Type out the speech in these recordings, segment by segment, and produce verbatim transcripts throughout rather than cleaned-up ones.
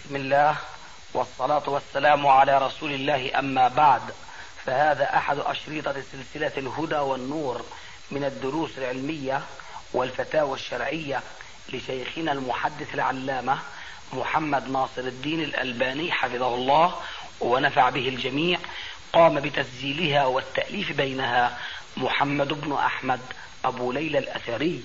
بسم الله والصلاة والسلام على رسول الله، أما بعد، فهذا أحد أشريطة سلسلة الهدى والنور من الدروس العلمية والفتاوى الشرعية لشيخنا المحدث العلامة محمد ناصر الدين الألباني حفظه الله ونفع به الجميع. قام بتسجيلها والتأليف بينها محمد بن أحمد أبو ليلى الأثري.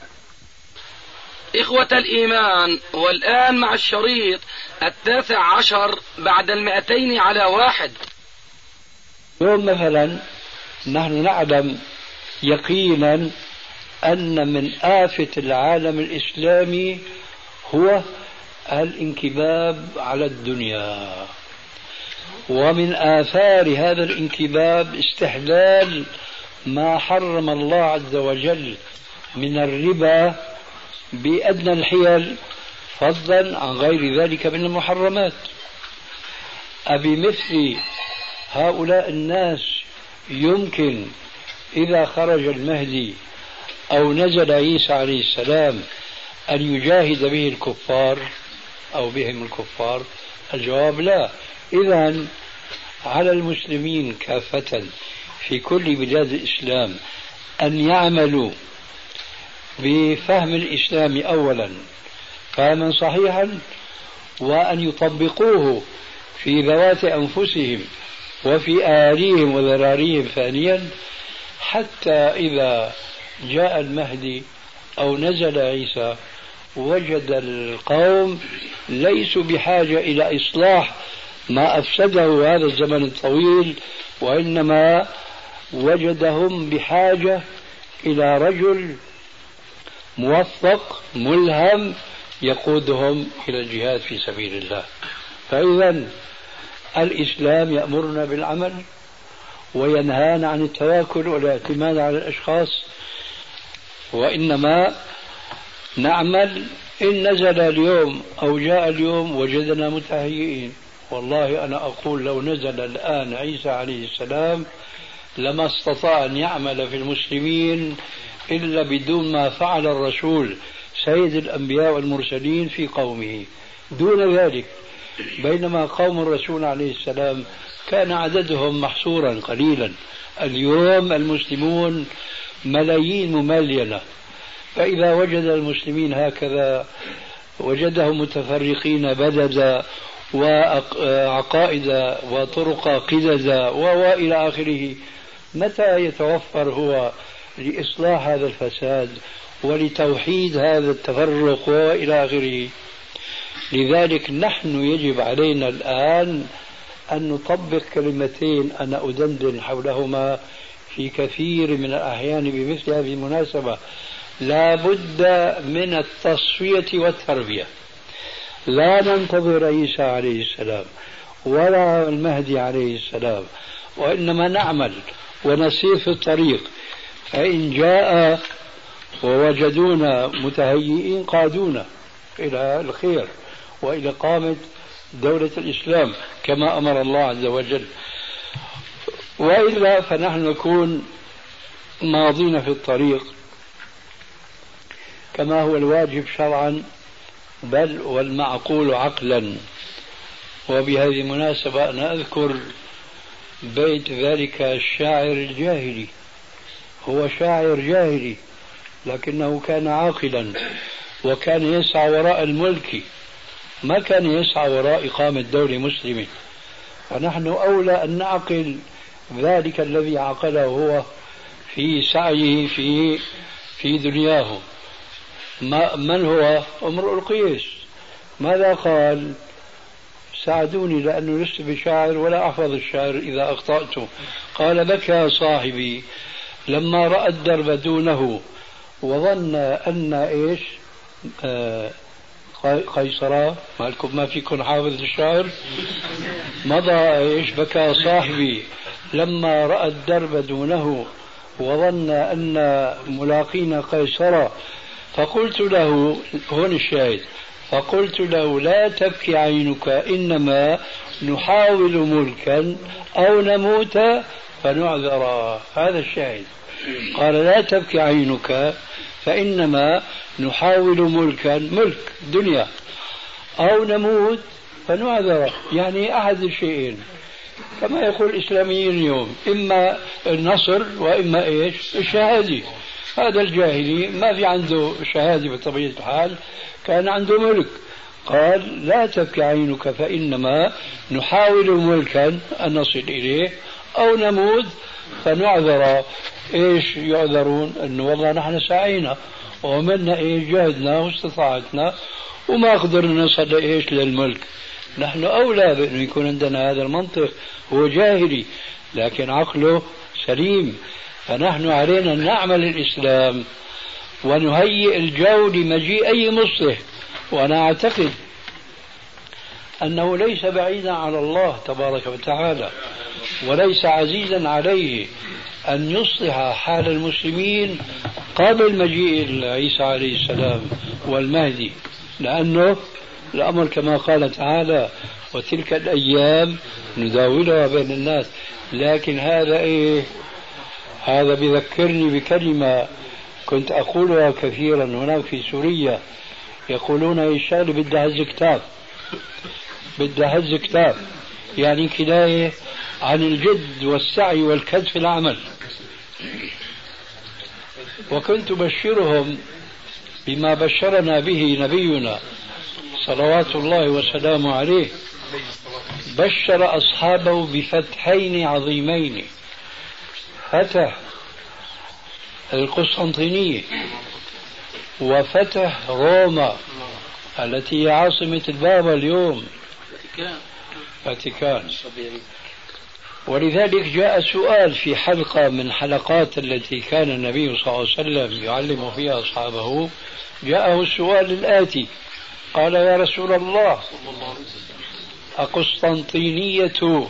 إخوة الإيمان، والآن مع الشريط التاسع عشر بعد المئتين على واحد. يوم مثلا نحن نعلم يقينا أن من آفة العالم الإسلامي هو الانكباب على الدنيا، ومن آثار هذا الانكباب استحلال ما حرم الله عز وجل من الربا بأدنى الحيل، فضلا عن غير ذلك من المحرمات. أبمثل هؤلاء الناس يمكن إذا خرج المهدي أو نزل عيسى عليه السلام أن يجاهد به الكفار أو بهم الكفار؟ الجواب لا. إذن على المسلمين كافة في كل بلاد الإسلام أن يعملوا بفهم الإسلام أولا فهما صحيحا، وأن يطبقوه في ذوات أنفسهم وفي أهاليهم وذراريهم ثانيا، حتى إذا جاء المهدي أو نزل عيسى وجد القوم ليسوا بحاجة إلى إصلاح ما أفسده هذا الزمن الطويل، وإنما وجدهم بحاجة إلى رجل موفق ملهم يقودهم إلى الجهاد في سبيل الله. فإذا الإسلام يأمرنا بالعمل وينهانا عن التواكل والاعتماد على الأشخاص، وإنما نعمل. إن نزل اليوم أو جاء اليوم وجدنا متهيئين. والله أنا أقول لو نزل الآن عيسى عليه السلام لما استطاع أن يعمل في المسلمين إلا بدون ما فعل الرسول سيد الأنبياء والمرسلين في قومه دون ذلك. بينما قوم الرسول عليه السلام كان عددهم محصورا قليلا، اليوم المسلمون ملايين مملينة. فإذا وجد المسلمين هكذا وجدهم متفرقين بددا وعقائد وطرق قددا وإلى آخره، متى يتوفر هو لإصلاح هذا الفساد ولتوحيد هذا التفرق وإلى آخره؟ لذلك نحن يجب علينا الآن أن نطبق كلمتين أنا أدندن حولهما في كثير من الأحيان بمثل هذه المناسبة. لا بد من التصفية والتربية. لا ننتظر عيسى عليه السلام ولا المهدي عليه السلام، وإنما نعمل ونسير في الطريق. فإن جاء ووجدونا متهيئين قادونا إلى الخير وإلى قامة دولة الإسلام كما أمر الله عز وجل، وإلا فنحن نكون ماضين في الطريق كما هو الواجب شرعا بل والمعقول عقلا. وبهذه المناسبة أنا أذكر بيت ذلك الشاعر الجاهلي. هو شاعر جاهلي لكنه كان عاقلا وكان يسعى وراء الملك، ما كان يسعى وراء إقامة دولة مسلمة. فنحن أولى أن نعقل ذلك الذي عقله هو في سعيه في في دنياه. ما من هو؟ امرؤ القيس. ماذا قال؟ ساعدوني لأنه لست بشاعر ولا أحفظ الشعر إذا أخطأت. قال: بكى صاحبي لما رأى الدرب دونه وظن أن إيش آه قيصرا. مالكم ما فيكم حافظ الشعر؟ مضى إيش؟ بكى صاحبي لما رأى الدرب دونه وظن أن ملاقين قيصرا فقلت له، هون الشاهد، فقلت له: لا تبكي عينك، إنما نحاول ملكا أو نموت فنعذر. هذا الشاهد. قال: لا تبكي عينك فإنما نحاول ملكا، ملك دنيا، أو نموت فنعذر. يعني أحد الشيئين كما يقول الإسلاميين اليوم، إما النصر وإما إيش الشهادة. هذا الجاهلي ما في عنده شهادة بطبيعة الحال، كان عنده ملك، قال لا تبكي عينك فإنما نحاول ملكا أن نصل إليه أو نموت فنعذر. إيش يعذرون؟ أنه والله نحن سعينا وعملنا إيش جهدنا واستطاعتنا وما قدرنا نصل إيش للملك. نحن أولى بأنه يكون عندنا هذا المنطق. هو جاهلي لكن عقله سليم. فنحن علينا أن نعمل الإسلام ونهيئ الجو لمجيء أي مصلح. وأنا أعتقد أنه ليس بعيدا على الله تبارك وتعالى وليس عزيزا عليه أن يصلح حال المسلمين قبل مجيء عيسى عليه السلام والمهدي، لأنه الأمر كما قال تعالى وتلك الأيام نداولها بين الناس. لكن هذا إيه؟ هذا بذكرني بكلمة كنت أقولها كثيرا هناك في سوريا، يقولون هي الشغلة بدها هز كتاب، بدها هز كتاب، يعني كناية عن الجد والسعي والكد في العمل. وكنت بشرهم بما بشرنا به نبينا صلوات الله وسلامه عليه، بشر أصحابه بفتحين عظيمين، فتح القسطنطينية وفتح روما التي هي عاصمة البابا اليوم، فاتيكان. ولذلك جاء سؤال في حلقة من حلقات التي كان النبي صلى الله عليه وسلم يعلم فيها أصحابه، جاءه السؤال الآتي، قال يا رسول الله أقسطنطينية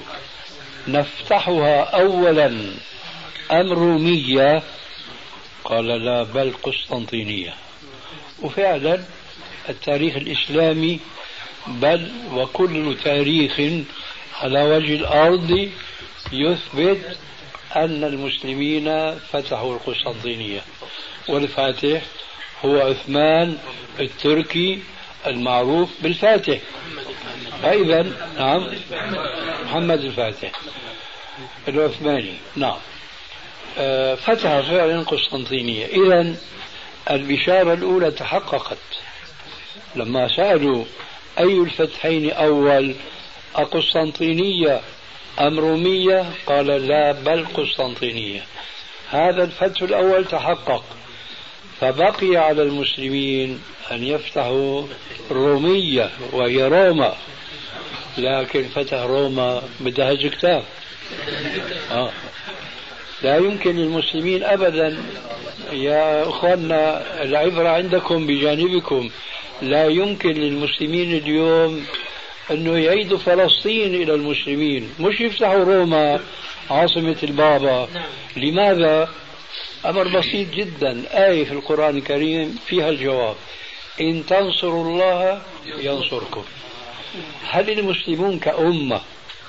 نفتحها أولا أم رومية؟ قال لا بل قسطنطينية. وفعلا التاريخ الإسلامي بل وكل تاريخ على وجه الأرض يثبت أن المسلمين فتحوا القسطنطينية، والفاتح هو عثمان التركي المعروف بالفاتح. فإذا نعم محمد الفاتح العثماني نعم فتح فعلا قسطنطينية. إذا البشارة الأولى تحققت لما سألوا أي الفتحين أول أقسطنطينية أم رومية؟ قال لا بل قسطنطينية. هذا الفتح الأول تحقق، فبقي على المسلمين أن يفتحوا رومية وهي روما، لكن فتح روما بدها كتاب. آه. لا يمكن للمسلمين أبدا يا أخوانا، العبرة عندكم بجانبكم، لا يمكن للمسلمين اليوم أنه يعيدوا فلسطين إلى المسلمين، مش يفتحوا روما عاصمة البابا. لماذا؟ أمر بسيط جدا، آية في القرآن الكريم فيها الجواب، إن تنصروا الله ينصركم. هل المسلمون كأمة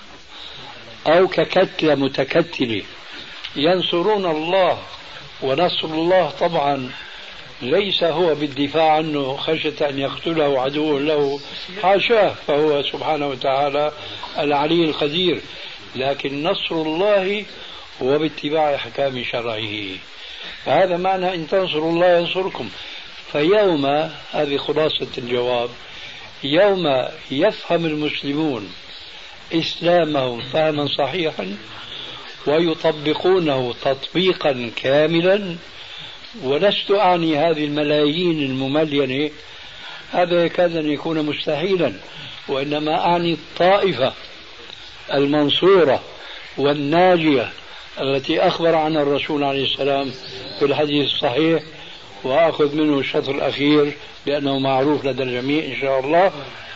أو ككتلة متكتلة ينصرون الله؟ ونصر الله طبعا ليس هو بالدفاع عنه خشية أن يقتله عدو له، حاشاه، فهو سبحانه وتعالى العلي القدير، لكن نصر الله هو باتباع أحكام شرعه. فهذا معنى إن تنصروا الله ينصركم. فيوم، هذه خلاصة الجواب، يوم يفهم المسلمون إسلامهم فهما صحيحا ويطبقونه تطبيقا كاملا، ولست أعني هذه الملايين المملينة، هذا يكاد أن يكون مستحيلا، وإنما أعني الطائفة المنصورة والناجية التي أخبر عنها الرسول عليه السلام في الحديث الصحيح، وأخذ منه الشطر الأخير لأنه معروف لدى الجميع إن شاء الله.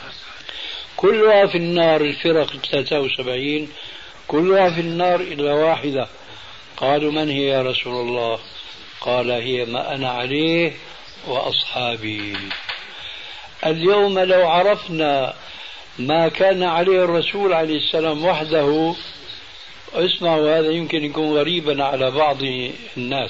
كلها في النار، الفرق ثلاثة وسبعين كلها في النار إلا واحدة. قالوا من هي يا رسول الله؟ قال هي ما أنا عليه وأصحابي. اليوم لو عرفنا ما كان عليه الرسول عليه السلام وحده، اسمعوا هذا يمكن يكون غريبا على بعض الناس،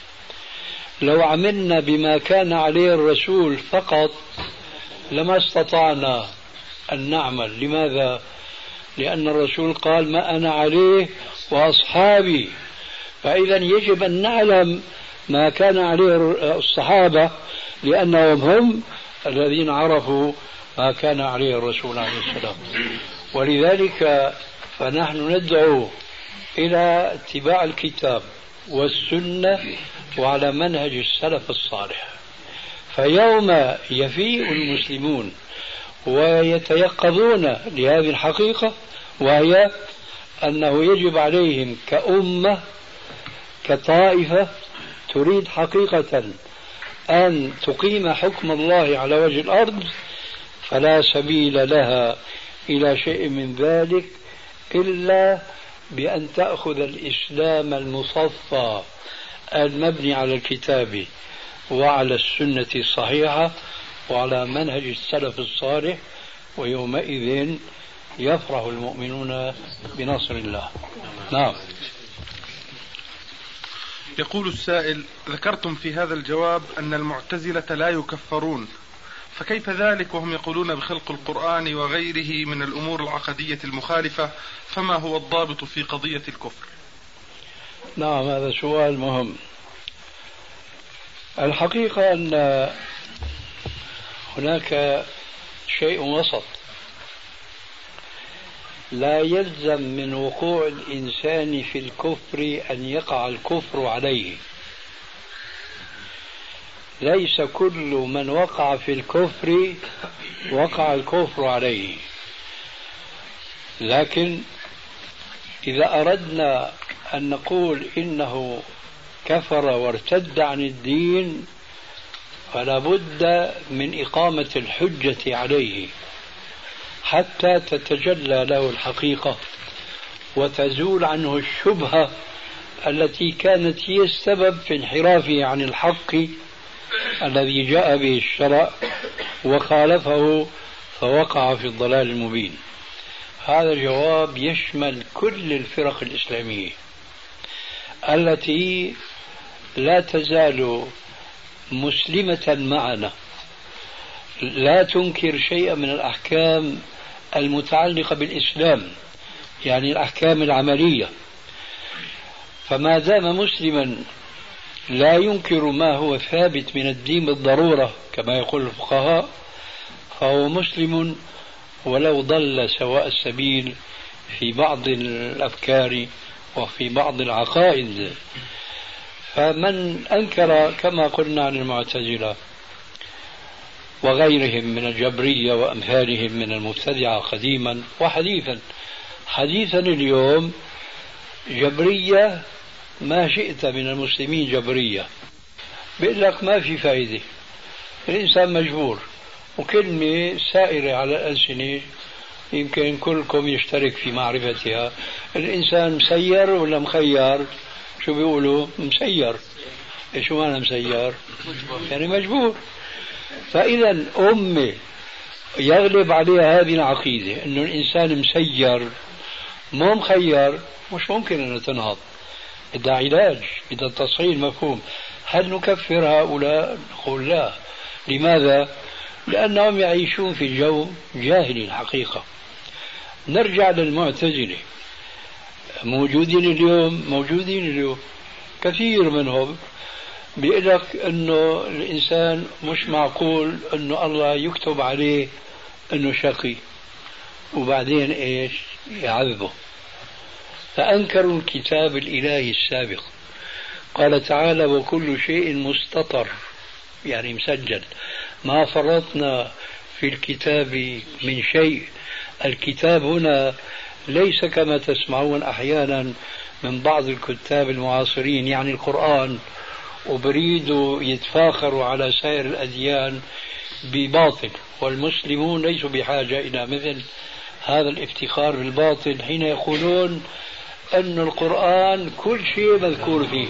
لو عملنا بما كان عليه الرسول فقط لما استطعنا أن نعمل. لماذا؟ لأن الرسول قال ما أنا عليه وأصحابي، فإذا يجب أن نعلم ما كان عليه الصحابة لأنهم هم الذين عرفوا ما كان عليه الرسول عليه السلام. ولذلك فنحن ندعو إلى اتباع الكتاب والسنة وعلى منهج السلف الصالح. فيوم يفيء المسلمون ويتيقظون لهذه الحقيقة، وهي أنه يجب عليهم كأمة كطائفة تريد حقيقة أن تقيم حكم الله على وجه الأرض، فلا سبيل لها إلى شيء من ذلك إلا بأن تأخذ الإسلام المصفى المبني على الكتاب وعلى السنة الصحيحة وعلى منهج السلف الصالح، ويومئذ يفرح المؤمنون بنصر الله. نعم. يقول السائل: ذكرتم في هذا الجواب أن المعتزلة لا يكفرون، فكيف ذلك وهم يقولون بخلق القرآن وغيره من الأمور العقدية المخالفة؟ فما هو الضابط في قضية الكفر؟ نعم، هذا سؤال مهم. الحقيقة أن هناك شيء وسط. لا يلزم من وقوع الإنسان في الكفر أن يقع الكفر عليه. ليس كل من وقع في الكفر وقع الكفر عليه، لكن إذا أردنا أن نقول إنه كفر وارتد عن الدين فلا بد من إقامة الحجة عليه حتى تتجلى له الحقيقة وتزول عنه الشبهة التي كانت هي السبب في انحرافه عن الحق الذي جاء به الشرع وخالفه فوقع في الضلال المبين. هذا الجواب يشمل كل الفرق الإسلامية التي لا تزال مسلمة معنا، لا تنكر شيئا من الأحكام المتعلقة بالإسلام، يعني الأحكام العملية. فما دام مسلما لا ينكر ما هو ثابت من الدين بالضرورة كما يقول الفقهاء، فهو مسلم ولو ضل سواء السبيل في بعض الأفكار وفي بعض العقائد. فمن أنكر كما قلنا عن المعتزلة وغيرهم من الجبرية وأمثالهم من المبتدعة قديما وحديثا، حديثا اليوم جبرية ما شئت من المسلمين جبرية، بيقول لك ما في فائدة، الإنسان مجبور، وكلمة سائرة على الألسنة يمكن كلكم يشترك في معرفتها. الإنسان مسير ولا مخير؟ شو بيقولوا؟ مسير. شو معنى مسير؟ يعني مجبور. فإذا أمة يغلب عليها هذه العقيدة أنه الإنسان مسير مو مخير، مش ممكن أن تنهض. بدها علاج، بدها تصحيح مفهوم. هل نكفر هؤلاء؟ نقول لا. لماذا؟ لأنهم يعيشون في جو جاهلي الحقيقة. نرجع للمعتزلة، موجودين اليوم، موجودين اليوم كثير منهم بيقول لك انه الانسان مش معقول انه الله يكتب عليه انه شقي وبعدين ايش يعذبه. فانكروا الكتاب الالهي السابق. قال تعالى: وكل شيء مستطر، يعني مسجل، ما فرطنا في الكتاب من شيء. الكتاب هنا ليس كما تسمعون احيانا من بعض الكتاب المعاصرين، يعني القرآن، وبريدوا يتفاخروا على سائر الأديان بباطل، والمسلمون ليسوا بحاجة إلى مثل هذا الافتخار بالباطل حين يقولون أن القرآن كل شيء مذكور فيه.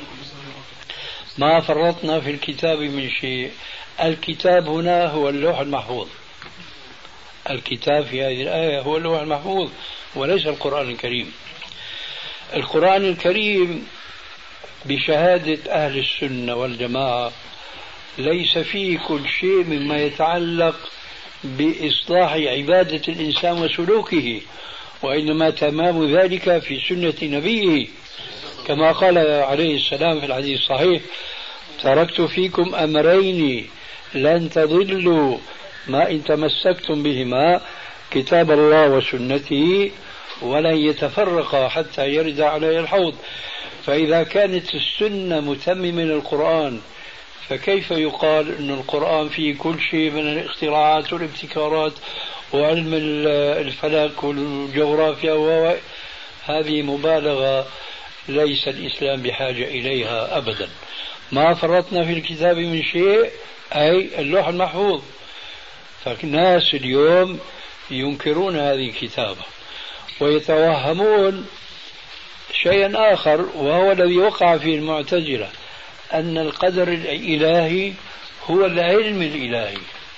ما فرطنا في الكتاب من شيء. الكتاب هنا هو اللوح المحفوظ. الكتاب في هذه الآية هو اللوح المحفوظ وليس القرآن الكريم. القرآن الكريم بشهادة أهل السنة والجماعة ليس فيه كل شيء مما يتعلق بإصلاح عبادة الإنسان وسلوكه، وإنما تمام ذلك في سنة نبيه، كما قال عليه السلام في الحديث الصحيح: تركت فيكم أمرين لن تضلوا ما إن تمسكتم بهما، كتاب الله وسنتي، ولن يتفرقا حتى يرد علي الحوض. فإذا كانت السنة متممة للقرآن، فكيف يقال أن القرآن فيه كل شيء من الاختراعات والابتكارات وعلم الفلك والجغرافيا؟ هذه مبالغة ليس الإسلام بحاجة إليها أبدا. ما فرطنا في الكتاب من شيء، أي اللوح المحفوظ. فالناس اليوم ينكرون هذه الكتابة ويتوهمون شيئا آخر، وهو الذي وقع فيه المعتزلة، أن القدر الإلهي هو العلم الإلهي،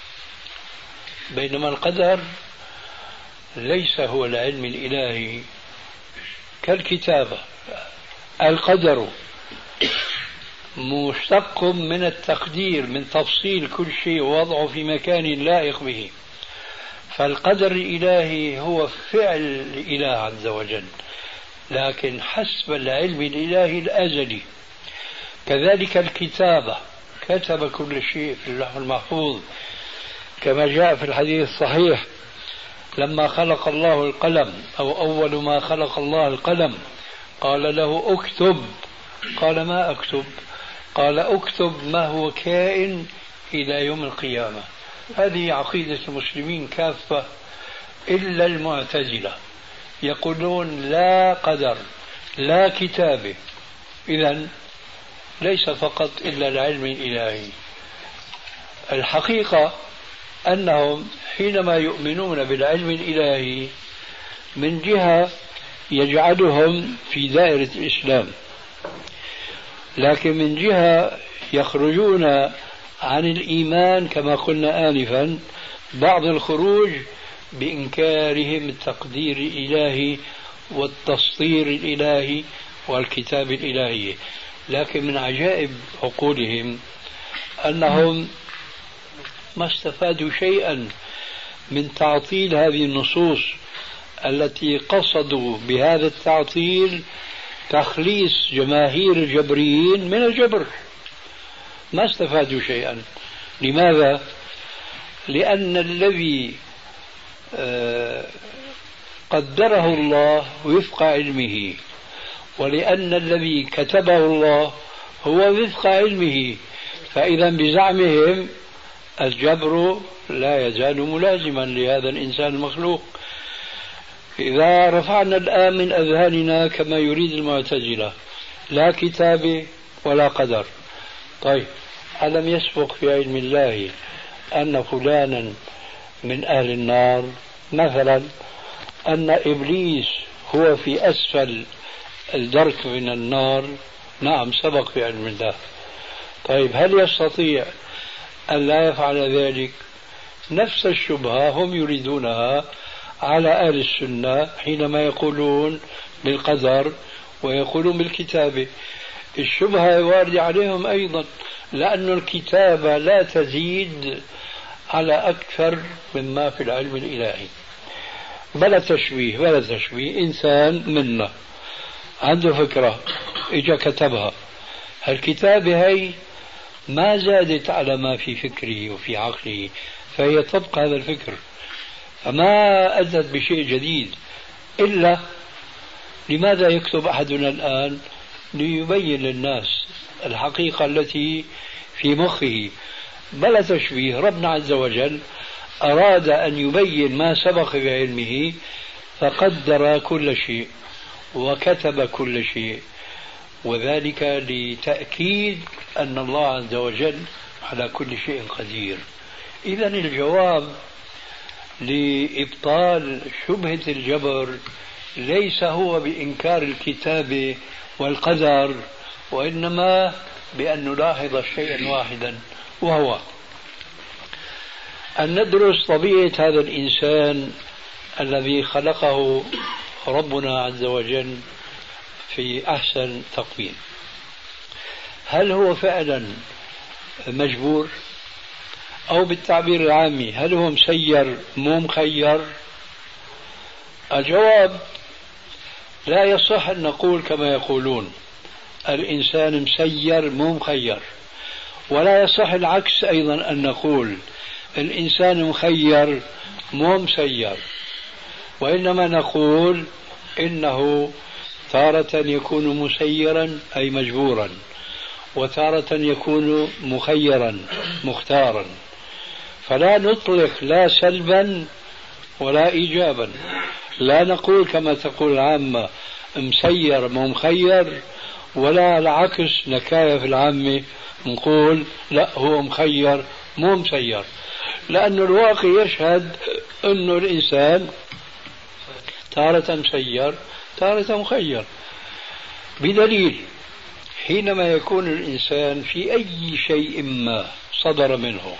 بينما القدر ليس هو العلم الإلهي كالكتابة. القدر مشتق من التقدير، من تفصيل كل شيء ووضعه في مكان لائق به. فالقدر الإلهي هو فعل الإله عز وجل، لكن حسب العلم الإلهي الأزلي. كذلك الكتابة، كتب كل شيء في اللوح المحفوظ، كما جاء في الحديث الصحيح: لما خلق الله القلم، أو أول ما خلق الله القلم، قال له اكتب. قال ما أكتب؟ قال اكتب ما هو كائن إلى يوم القيامة. هذه عقيدة المسلمين كافة إلا المعتزلة، يقولون لا قدر لا كتابة. إذن ليس فقط إلا العلم الإلهي. الحقيقة أنهم حينما يؤمنون بالعلم الإلهي من جهة يجعلهم في دائرة الإسلام، لكن من جهة يخرجون عن الإيمان كما قلنا آنفا، بعض الخروج بإنكارهم التقدير الإلهي والتسطير الإلهي والكتاب الإلهي. لكن من عجائب عقولهم أنهم ما استفادوا شيئا من تعطيل هذه النصوص التي قصدوا بهذا التعطيل تخليص جماهير الجبريين من الجبر. ما استفادوا شيئا. لماذا؟ لأن الذي قدره الله وفق علمه، ولأن الذي كتبه الله هو وفق علمه، فإذا بزعمهم الجبر لا يزال ملازما لهذا الإنسان المخلوق. إذا رفعنا الآن من أذهاننا كما يريد المعتزلة لا كتاب ولا قدر، طيب ألم يسبق في علم الله أن فلانا من أهل النار؟ مثلا أن إبليس هو في أسفل الدرك من النار؟ نعم، سبق في علم الله. طيب هل يستطيع أن لا يفعل ذلك؟ نفس الشبهة هم يريدونها على أهل السنة حينما يقولون بالقدر ويقولون بالكتابة. الشبهة واردة عليهم أيضا، لأن الكتابة لا تزيد على أكثر مما في العلم الإلهي. بلا تشبيه بلا تشبيه، إنسان منا عنده فكرة إجا كتبها، الكتابة هي ما زادت على ما في فكره وفي عقله، فهي تبقى هذا الفكر، فما أتت بشيء جديد. إلا لماذا يكتب أحدنا الآن؟ ليبين للناس الحقيقة التي في مخه. بلا تشبيه، ربنا عز وجل أراد أن يبين ما سبق بعلمه فقدر كل شيء وكتب كل شيء، وذلك لتأكيد أن الله عز وجل على كل شيء قدير. إذن الجواب لإبطال شبهة الجبر ليس هو بإنكار الكتاب والقدر، وإنما بأن نلاحظ شيئا واحدا، وهو أن ندرس طبيعة هذا الإنسان الذي خلقه ربنا عز وجل في أحسن تقويم. هل هو فعلا مجبور؟ أو بالتعبير العامي هل هو مسير مو مخير؟ الجواب لا يصح أن نقول كما يقولون الإنسان مسير مو مخير، ولا يصح العكس أيضا أن نقول الإنسان مخير مو مسير، وإنما نقول إنه تارة يكون مسيرا أي مجبورا، وتارة يكون مخيرا مختارا، فلا نطلق لا سلبا ولا إيجابا، لا نقول كما تقول العامة مسير مو مخير، ولا العكس نكاية في العامة نقول لا هو مخير مو مسير، لأن الواقع يشهد أن الإنسان تارة مسير تارة مخير، بدليل حينما يكون الإنسان في أي شيء ما صدر منه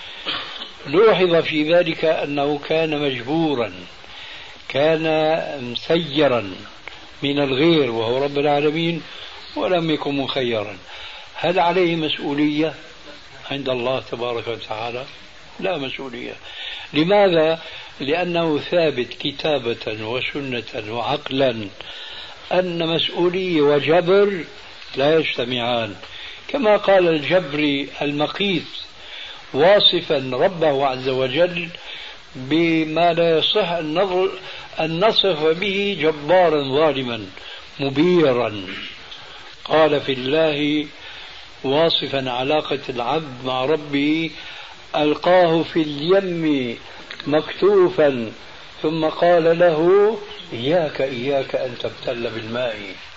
لوحظ في ذلك أنه كان مجبورا، كان مسيرا من الغير وهو رب العالمين، ولم يكن مخيرا، هل عليه مسؤولية عند الله تبارك وتعالى؟ لا مسؤولية. لماذا؟ لأنه ثابت كتابة وسنة وعقلا أن مسؤولية وجبر لا يجتمعان، كما قال الجبري المقيت واصفا ربه عز وجل بما لا يصح أن نصف به جبارا ظالما مبيرا، قال في الله واصفا علاقة العبد مع ربه ألقاه في اليم مكتوفا ثم قال له إياك إياك أن تبتل بالماء.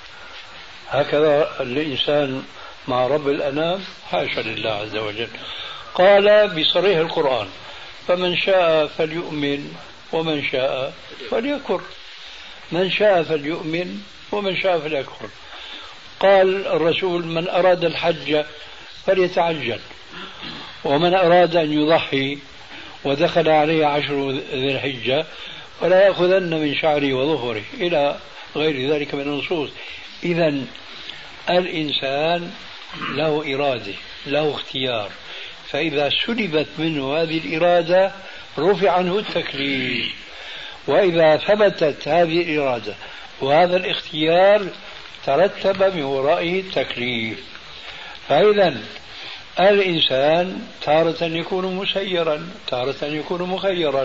هكذا الإنسان مع رب الأنام؟ حاشا لله عز وجل. قال بصريح القرآن فمن شاء فليؤمن ومن شاء فليكفر، من شاء فليؤمن ومن شاء فليكفر. قال الرسول من أراد الحج فليتعجل، ومن أراد أن يضحي ودخل عليه عشر ذي الحجة ولا يأخذن من شعره وظهره إلى غير ذلك من النصوص. إذن الإنسان له إرادة له اختيار، فإذا سلبت منه هذه الإرادة رفع عنه التكليف، وإذا ثبتت هذه الإرادة وهذا الاختيار ترتب من ورائه التكليف. فإذا الإنسان تارة يكون مسيرا تارة يكون مخيرا.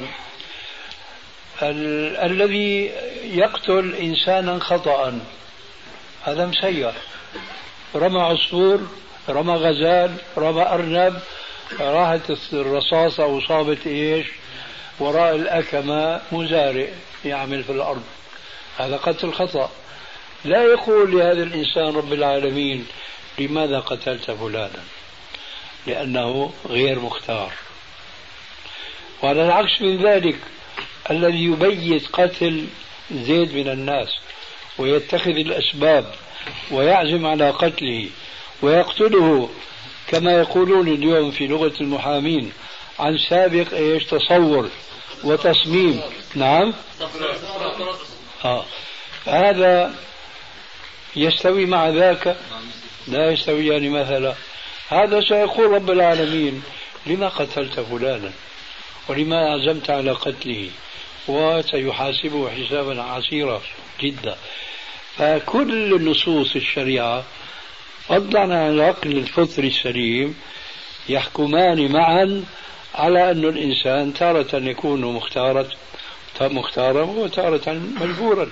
ال- الذي يقتل إنسانا خطأ هذا مسير، رمى عصفور رمى غزال رمى أرنب، راحت الرصاصة وصابت إيش وراء الأكمة مزارع يعمل في الأرض، هذا قتل خطأ. لا يقول لهذا الإنسان رب العالمين لماذا قتلت فلانا، لأنه غير مختار. وعلى العكس من ذلك الذي يبيت قتل زيد من الناس ويتخذ الأسباب ويعزم على قتله ويقتله كما يقولون اليوم في لغة المحامين عن سابق ايش تصور وتصميم. نعم آه. هذا يستوي مع ذاك؟ لا يستويان يعني مثلا. هذا سيقول رب العالمين لما قتلت فلانا ولما عزمت على قتله، وسيحاسبه حسابا عسيرا جدا. فكل نصوص الشريعة فضلا عن العقل الفطري السليم يحكمان معا على أن الإنسان تارة يكون مختارا مختارا وتارة مجبورا.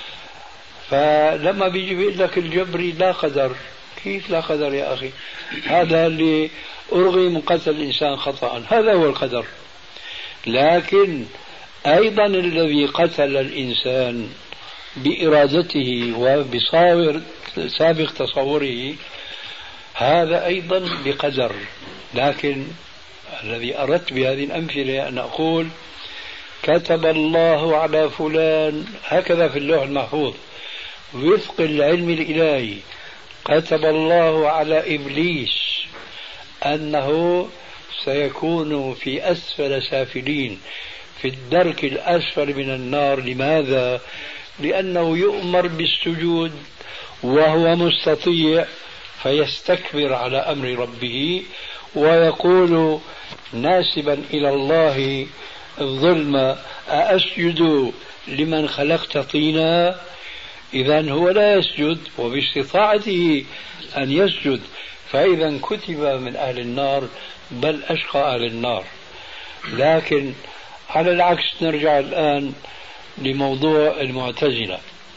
فلما بيجي بيقول لك الجبري لا قدر، كيف لا قدر يا أخي؟ هذا اللي أرغي من قتل الإنسان خطأ هذا هو القدر. لكن أيضا الذي قتل الإنسان بإرادته وبصاور سابق تصوره هذا أيضا بقدر. لكن الذي أردت بهذه الأمثلة أن أقول كتب الله على فلان هكذا في اللوح المحفوظ وفق العلم الإلهي، كتب الله على إبليس أنه سيكون في أسفل سافلين في الدرك الأسفل من النار. لماذا؟ لأنه يؤمر بالسجود وهو مستطيع فيستكبر على أمر ربه ويقول ناسبا إلى الله الظلم: أأسجد لمن خلقت طينا؟ إذن هو لا يسجد، وباستطاعته أن يسجد، فإذا كتب من أهل النار، بل أشقى أهل النار. لكن على العكس نرجع الآن لموضوع المعتزلة.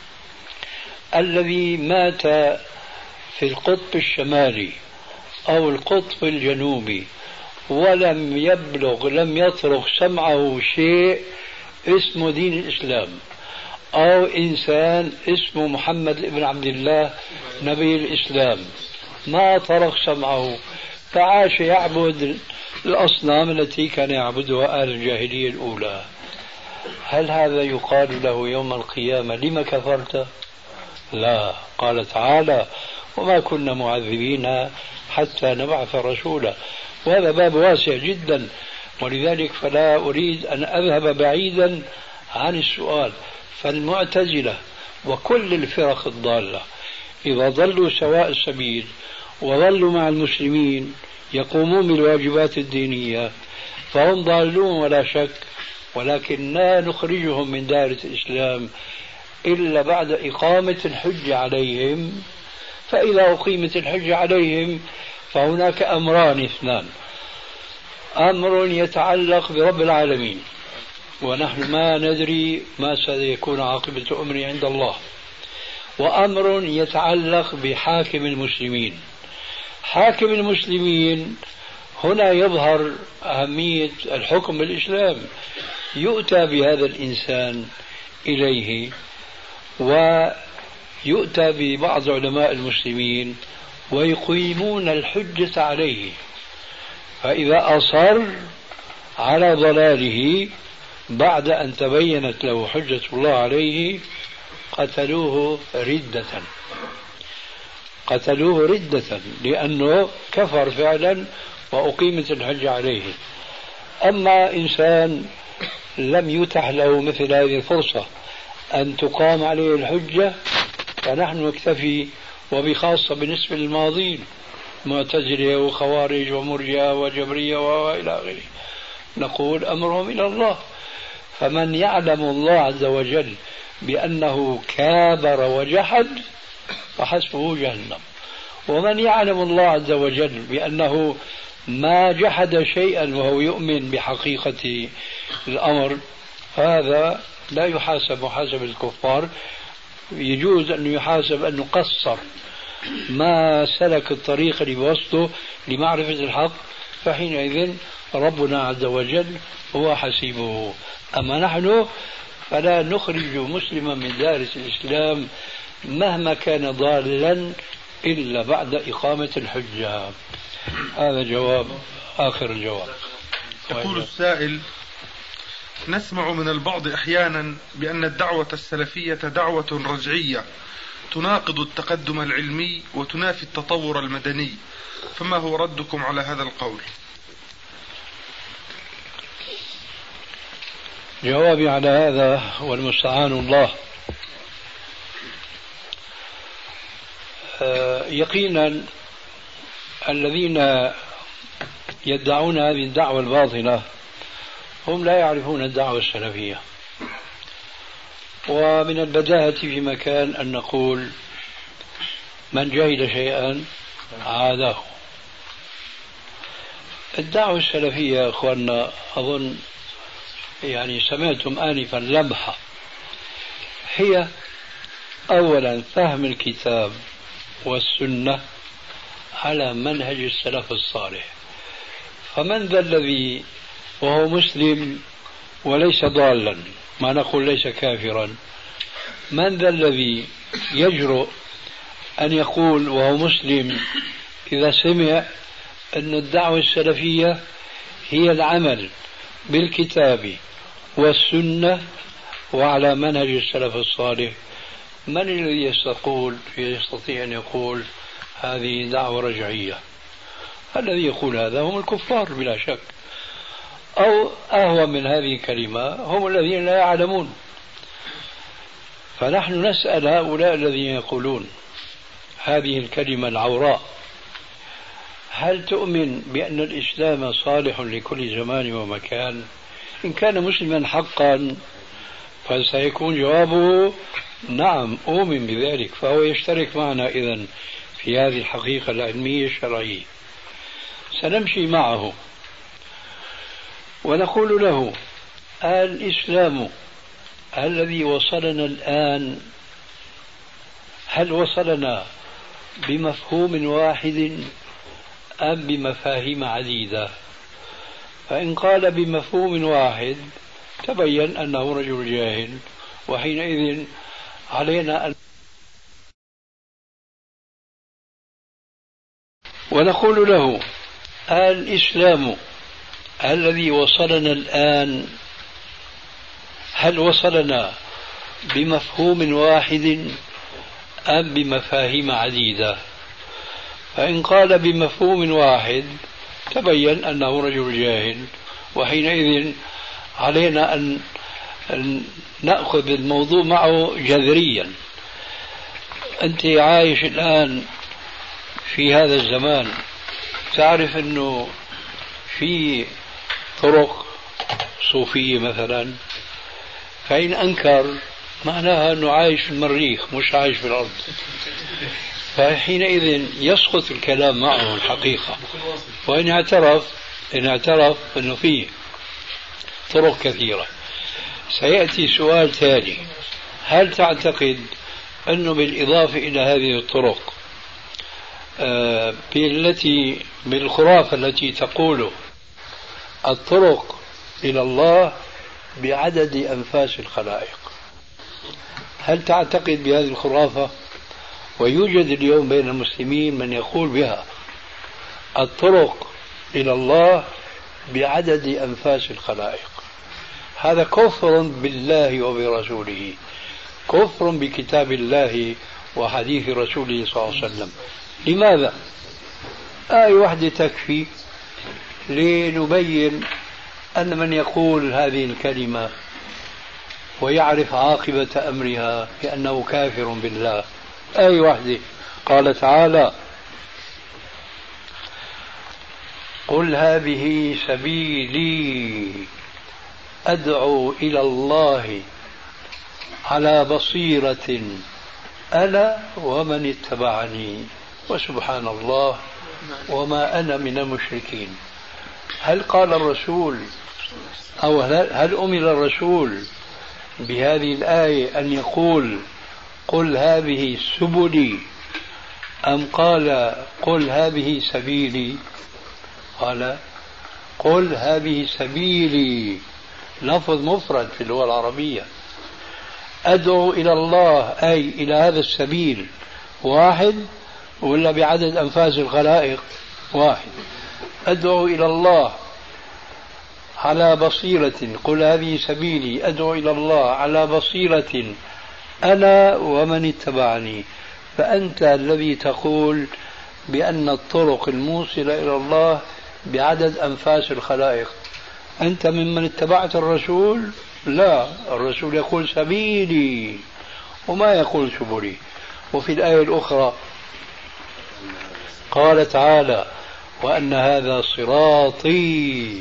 الذي مات في القطب الشمالي أو القطب الجنوبي ولم يبلغ لم يطرق سمعه شيء اسمه دين الإسلام، أو إنسان اسمه محمد بن عبد الله نبي الإسلام، ما طرق سمعه، فعاش يعبد الأصنام التي كان يعبدها أهل الجاهلية الأولى، هل هذا يقال له يوم القيامة لما كفرت؟ لا. قال تعالى: وما كنا معذبين حتى نبعث رسولا. وهذا باب واسع جدا، ولذلك فلا أريد أن أذهب بعيدا عن السؤال. فالمعتزلة وكل الفرق الضالة إذا ضلوا سواء السبيل وظلوا مع المسلمين يقومون بالواجبات الدينية فهم ضالون ولا شك، ولكن لا نخرجهم من دائرة الإسلام إلا بعد إقامة الحجة عليهم. فإذا أقيمت الحجة عليهم فهناك أمران اثنان: أمر يتعلق برب العالمين ونحن ما ندري ما سيكون عاقبة أمره عند الله، وأمر يتعلق بحاكم المسلمين. حاكم المسلمين هنا يظهر أهمية الحكم بالإسلام. يؤتى بهذا الإنسان إليه ويؤتى ببعض علماء المسلمين ويقيمون الحجة عليه، فإذا أصر على ضلاله بعد أن تبينت له حجة الله عليه قتلوه ردة قتلوه ردة لأنه كفر فعلا وأقيمت الحجة عليه. أما إنسان لم يتح له مثل هذه الفرصة أن تقام عليه الحجة فنحن نكتفي، وبخاصة بالنسبة للماضين معتزلة وخوارج ومرجئة وجبرية وإلى آخره، نقول أمرهم إلى الله. فمن يعلم الله عز وجل بأنه كابر وجحد فحسبه جهنم، ومن يعلم الله عز وجل بأنه ما جحد شيئا وهو يؤمن بحقيقة الأمر هذا لا يحاسب محاسبة الكفار. يجوز أن يحاسب أنه قصر ما سلك الطريق اللي بوسطه لمعرفة الحق، فحينئذ ربنا عز وجل هو حسيبه. أما نحن فلا نخرج مسلما من دائرة الإسلام مهما كان ضالا إلا بعد إقامة الحجة. هذا جواب آخر الجواب. يقول السائل: نسمع من البعض أحيانا بأن الدعوة السلفية دعوة رجعية تناقض التقدم العلمي وتنافي التطور المدني، فما هو ردكم على هذا القول؟ جوابي على هذا والمستعان الله. يقينا الذين يدعون هذه الدعوة الباطلة هم لا يعرفون الدعوة السلفية، ومن البداهة في مكان أن نقول من جهل شيئا عاده. الدعوة السلفية يا أخواننا أظن يعني سمعتم آنفا لمحة، هي أولا فهم الكتاب والسنة على منهج السلف الصالح. فمن ذا الذي وهو مسلم وليس ضالا، ما نقول ليس كافرا، من ذا الذي يجرؤ أن يقول وهو مسلم إذا سمع أن الدعوة السلفية هي العمل بالكتاب والسنة وعلى منهج السلف الصالح؟ من الذي يستقول يستطيع أن يقول هذه دعوة رجعية؟ الذي يقول هذا هم الكفار بلا شك، أو أهوى من هذه الكلمة هم الذين لا يعلمون. فنحن نسأل هؤلاء الذين يقولون هذه الكلمة العوراء: هل تؤمن بأن الإسلام صالح لكل زمان ومكان؟ إن كان مسلما حقا فسيكون جوابه نعم أؤمن بذلك، فهو يشترك معنا إذن في هذه الحقيقة العلمية الشرعية. سنمشي معه ونقول له الإسلام الذي وصلنا الآن هل وصلنا بمفهوم واحد أم بمفاهيم عديدة؟ فإن قال بمفهوم واحد تبين أنه رجل جاهل، وحينئذ علينا أن ونقول له الإسلام الذي وصلنا الآن هل وصلنا بمفهوم واحد أم بمفاهيم عديدة؟ فإن قال بمفهوم واحد تبين أنه رجل جاهل، وحينئذ علينا أن نأخذ الموضوع معه جذريا. أنت عايش الآن في هذا الزمان، تعرف أنه في طرق صوفية مثلا، فإن أنكر معناها أنه عايش في المريخ مش عايش في الأرض، فحينئذ يسقط الكلام معه الحقيقة. وإن اعترف إن اعترف أنه فيه طرق كثيرة. سيأتي سؤال تالي: هل تعتقد أنه بالإضافة إلى هذه الطرق آه بالتي بالخرافة التي تقول الطرق إلى الله بعدد أنفاس الخلائق، هل تعتقد بهذه الخرافة؟ ويوجد اليوم بين المسلمين من يقول بها الطرق إلى الله بعدد أنفاس الخلائق. هذا كفر بالله وبرسوله، كفر بكتاب الله وحديث رسوله صلى الله عليه وسلم. لماذا؟ آية واحدة تكفي لنبين أن من يقول هذه الكلمة ويعرف عاقبة أمرها بأنه كافر بالله. آية واحدة قال تعالى: قل هذه سبيلي أدعو إلى الله على بصيرة أنا ومن اتبعني وسبحان الله وما أنا من المشركين. هل قال الرسول أو هل أمر الرسول بهذه الآية أن يقول قل هذه سبلي أم قال قل هذه سبيلي؟ قال قل هذه سبيلي، لفظ مفرد في اللغة العربية. أدعو إلى الله أي إلى هذا السبيل واحد ولا بعدد أنفاس الخلائق واحد؟ أدعو إلى الله على بصيرة، قل هذه سبيلي أدعو إلى الله على بصيرة أنا ومن اتبعني. فأنت الذي تقول بأن الطرق الموصلة إلى الله بعدد أنفاس الخلائق، أنت ممن اتبعت الرسول؟ لا، الرسول يقول سبيلي وما يقول سبلي. وفي الآية الأخرى قال تعالى: وأن هذا صراطي.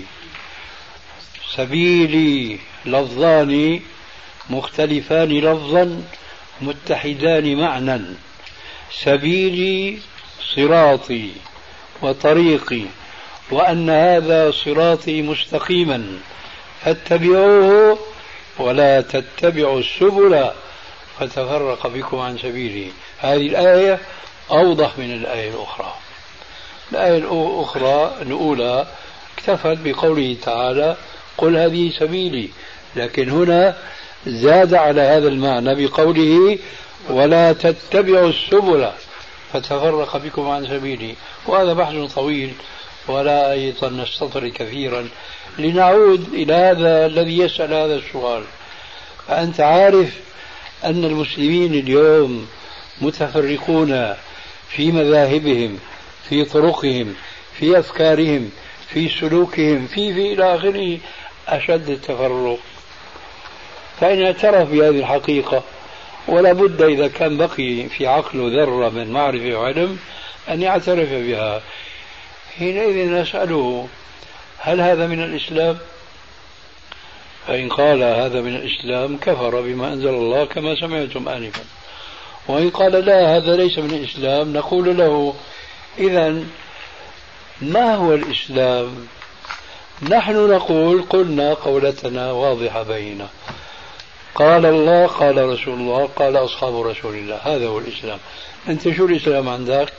سبيلي لفظان مختلفان لفظا متحدان معنى. سبيلي صراطي وطريقي، وأن هذا صراطي مستقيما فاتبعوه ولا تتبعوا السبل فتفرق بكم عن سبيله. هذه الآية أوضح من الآية الأخرى. الآية الأخرى الأولى اكتفت بقوله تعالى قل هذه سبيلي، لكن هنا زاد على هذا المعنى بقوله ولا تتبعوا السبل فتفرق بكم عن سبيلي. وهذا بحث طويل ولا أيضا نستطرد كثيرا. لنعود إلى هذا الذي يسأل هذا السؤال. فأنت عارف أن المسلمين اليوم متفرقون في مذاهبهم، في طرقهم، في أفكارهم، في سلوكهم، في في إلى آخره أشد التفرق. فإن اعترف بهذه الحقيقة، ولا بد إذا كان بقي في عقله ذرة من معرفة وعلم أن يعترف بها. حينئذ نسأله هل هذا من الإسلام؟ فإن قال هذا من الإسلام كفر بما أنزل الله كما سمعتم آنفا، وإن قال لا هذا ليس من الإسلام نقول له إذن ما هو الإسلام؟ نحن نقول قلنا قولتنا واضحة بيننا، قال الله قال رسول الله قال أصحاب رسول الله، هذا هو الإسلام. أنت شو الإسلام عندك؟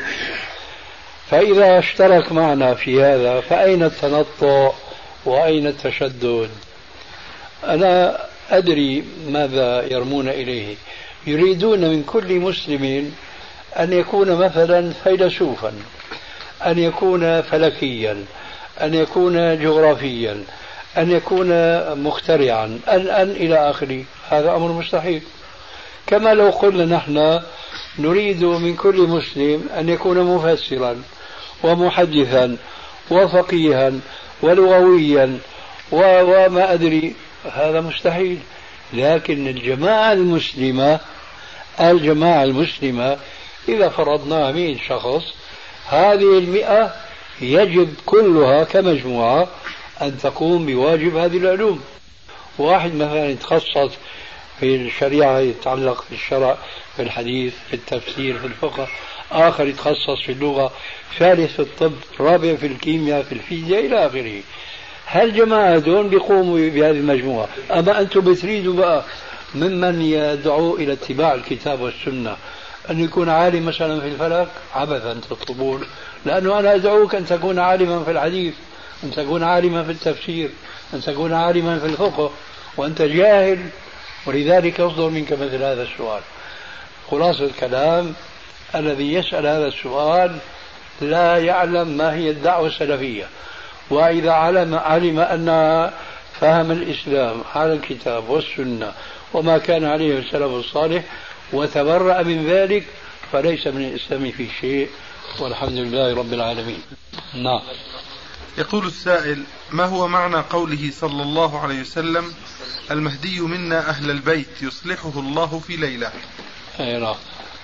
فإذا اشترك معنا في هذا فأين التنطع وأين التشدد؟ أنا أدري ماذا يرمون إليه، يريدون من كل مسلم أن يكون مثلا فيلسوفا، أن يكون فلكيا، أن يكون جغرافيا، أن يكون مخترعا، أن أن إلى آخره. هذا أمر مستحيل. كما لو قلنا نحن نريد من كل مسلم أن يكون مفسرا ومحدثا وفقيها ولغويا وما أدري، هذا مستحيل. لكن الجماعة المسلمة الجماعة المسلمة إذا فرضناها مئة شخص، هذه المئة يجب كلها كمجموعة أن تقوم بواجب هذه العلوم. واحد مثلا يتخصص في الشريعة يتعلق في الشرع، في الحديث، في التفسير، في الفقه، آخر يتخصص في اللغة، ثالث في الطب، رابع في الكيمياء، في الفيزياء إلى آخره. هالجماعة دون بيقوموا بهذه المجموعة. أما أنتم بتريدوا بقى ممن يدعو إلى اتباع الكتاب والسنة أن يكون عالم مثلا في الفلك؟ عبثا تطلبون، لأنه أنا أدعوك أن تكون عالما في الحديث، أن تكون عالما في التفسير، أن تكون عالما في الفقه، وأنت جاهل، ولذلك يصدر منك مثل هذا السؤال. خلاصة الكلام، الذي يسأل هذا السؤال لا يعلم ما هي الدعوة السلفية، وإذا علم, علم أن فهم الإسلام على الكتاب والسنة وما كان عليه السلف الصالح وتبرأ من ذلك فليس من الإسلام في شيء، والحمد لله رب العالمين. نعم. يقول السائل: ما هو معنى قوله صلى الله عليه وسلم: المهدي منا أهل البيت يصلحه الله في ليلة؟ أي نعم.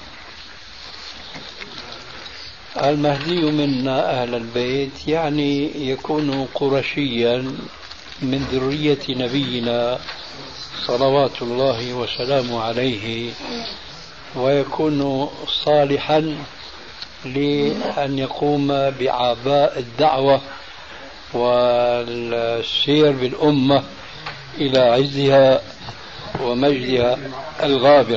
المهدي منا أهل البيت يعني يكون قرشيا من ذرية نبينا صلوات الله وسلامه عليه، ويكون صالحا لأن يقوم بأعباء الدعوة والسير بالأمة إلى عزها ومجدها الغابر.